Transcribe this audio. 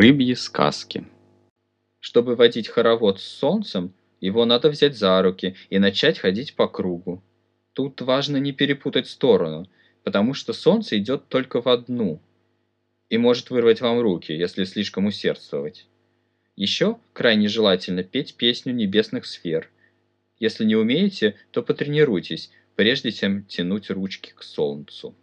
Рыбьи сказки. Чтобы водить хоровод с солнцем, его надо взять за руки и начать ходить по кругу. Тут важно не перепутать сторону, потому что солнце идет только в одну и может вырвать вам руки, если слишком усердствовать. Еще крайне желательно петь песню небесных сфер. Если не умеете, то потренируйтесь, прежде чем тянуть ручки к солнцу.